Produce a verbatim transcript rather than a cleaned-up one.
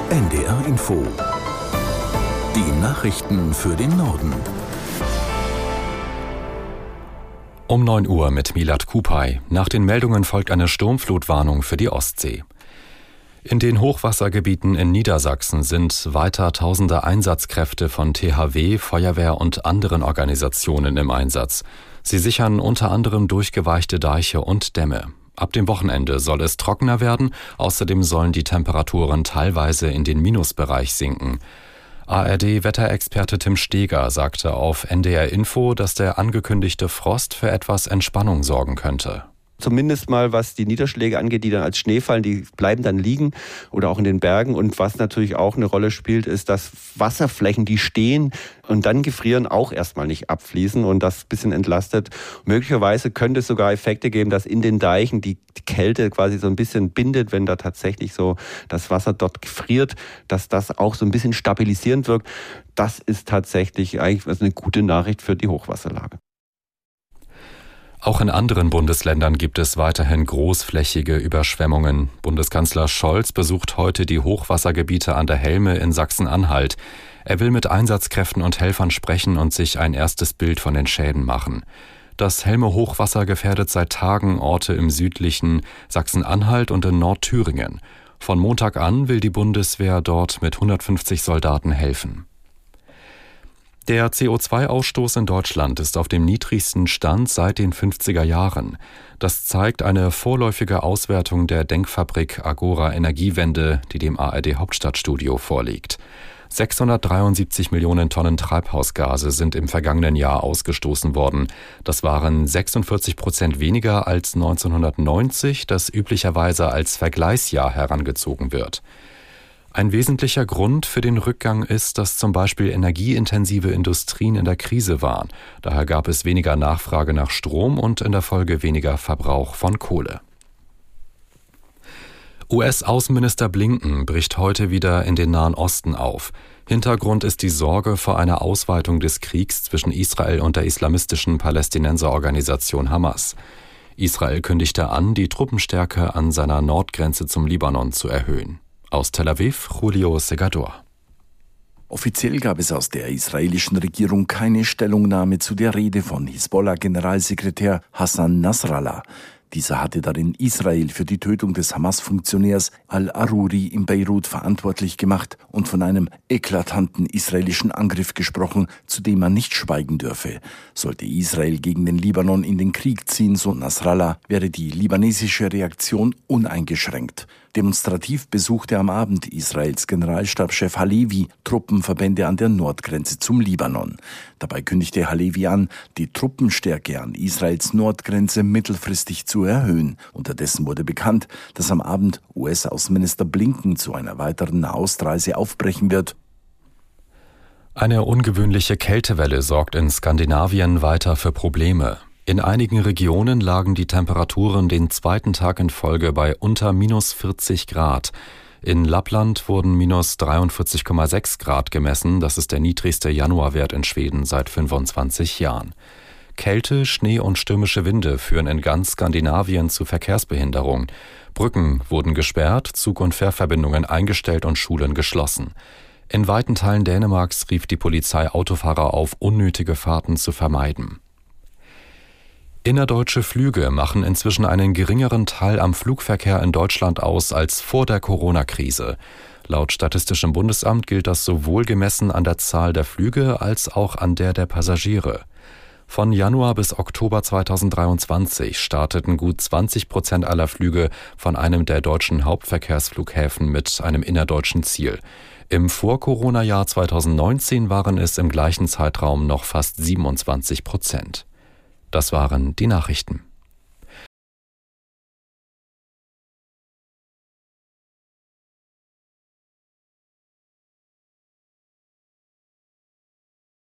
N D R Info. Die Nachrichten für den Norden. Um neun Uhr mit Milad Kupay. Nach den Meldungen folgt eine Sturmflutwarnung für die Ostsee. In den Hochwassergebieten in Niedersachsen sind weiter tausende Einsatzkräfte von T H W, Feuerwehr und anderen Organisationen im Einsatz. Sie sichern unter anderem durchgeweichte Deiche und Dämme. Ab dem Wochenende soll es trockener werden, außerdem sollen die Temperaturen teilweise in den Minusbereich sinken. A R D-Wetterexperte Tim Steger sagte auf N D R Info, dass der angekündigte Frost für etwas Entspannung sorgen könnte. Zumindest mal, was die Niederschläge angeht, die dann als Schnee fallen, die bleiben dann liegen oder auch in den Bergen. Und was natürlich auch eine Rolle spielt, ist, dass Wasserflächen, die stehen und dann gefrieren, auch erstmal nicht abfließen und das ein bisschen entlastet. Möglicherweise könnte es sogar Effekte geben, dass in den Deichen die, die Kälte quasi so ein bisschen bindet, wenn da tatsächlich so das Wasser dort gefriert, dass das auch so ein bisschen stabilisierend wirkt. Das ist tatsächlich eigentlich eine gute Nachricht für die Hochwasserlage. Auch in anderen Bundesländern gibt es weiterhin großflächige Überschwemmungen. Bundeskanzler Scholz besucht heute die Hochwassergebiete an der Helme in Sachsen-Anhalt. Er will mit Einsatzkräften und Helfern sprechen und sich ein erstes Bild von den Schäden machen. Das Helme-Hochwasser gefährdet seit Tagen Orte im südlichen Sachsen-Anhalt und in Nordthüringen. Von Montag an will die Bundeswehr dort mit hundertfünfzig Soldaten helfen. Der C O zwei Ausstoß in Deutschland ist auf dem niedrigsten Stand seit den fünfziger Jahren. Das zeigt eine vorläufige Auswertung der Denkfabrik Agora Energiewende, die dem A R D Hauptstadtstudio vorliegt. sechshundertdreiundsiebzig Millionen Tonnen Treibhausgase sind im vergangenen Jahr ausgestoßen worden. Das waren sechsundvierzig Prozent weniger als neunzehnhundertneunzig, das üblicherweise als Vergleichsjahr herangezogen wird. Ein wesentlicher Grund für den Rückgang ist, dass zum Beispiel energieintensive Industrien in der Krise waren. Daher gab es weniger Nachfrage nach Strom und in der Folge weniger Verbrauch von Kohle. U S-Außenminister Blinken bricht heute wieder in den Nahen Osten auf. Hintergrund ist die Sorge vor einer Ausweitung des Kriegs zwischen Israel und der islamistischen Palästinenserorganisation Hamas. Israel kündigte an, die Truppenstärke an seiner Nordgrenze zum Libanon zu erhöhen. Aus Tel Aviv, Julio Segador. Offiziell gab es aus der israelischen Regierung keine Stellungnahme zu der Rede von Hisbollah-Generalsekretär Hassan Nasrallah. Dieser hatte darin Israel für die Tötung des Hamas-Funktionärs al-Aruri in Beirut verantwortlich gemacht und von einem eklatanten israelischen Angriff gesprochen, zu dem man nicht schweigen dürfe. Sollte Israel gegen den Libanon in den Krieg ziehen, so Nasrallah, wäre die libanesische Reaktion uneingeschränkt. Demonstrativ besuchte am Abend Israels Generalstabschef Halevi Truppenverbände an der Nordgrenze zum Libanon. Dabei kündigte Halevi an, die Truppenstärke an Israels Nordgrenze mittelfristig zu erhöhen. Unterdessen wurde bekannt, dass am Abend U S-Außenminister Blinken zu einer weiteren Nahostreise aufbrechen wird. Eine ungewöhnliche Kältewelle sorgt in Skandinavien weiter für Probleme. In einigen Regionen lagen die Temperaturen den zweiten Tag in Folge bei unter minus vierzig Grad. In Lappland wurden minus dreiundvierzig Komma sechs Grad gemessen. Das ist der niedrigste Januarwert in Schweden seit fünfundzwanzig Jahren. Kälte, Schnee und stürmische Winde führen in ganz Skandinavien zu Verkehrsbehinderung. Brücken wurden gesperrt, Zug- und Fährverbindungen eingestellt und Schulen geschlossen. In weiten Teilen Dänemarks rief die Polizei Autofahrer auf, unnötige Fahrten zu vermeiden. Innerdeutsche Flüge machen inzwischen einen geringeren Teil am Flugverkehr in Deutschland aus als vor der Corona-Krise. Laut Statistischem Bundesamt gilt das sowohl gemessen an der Zahl der Flüge als auch an der der Passagiere. Von Januar bis Oktober zweitausenddreiundzwanzig starteten gut zwanzig Prozent aller Flüge von einem der deutschen Hauptverkehrsflughäfen mit einem innerdeutschen Ziel. Im Vor-Corona-Jahr zweitausendneunzehn waren es im gleichen Zeitraum noch fast siebenundzwanzig Prozent. Das waren die Nachrichten.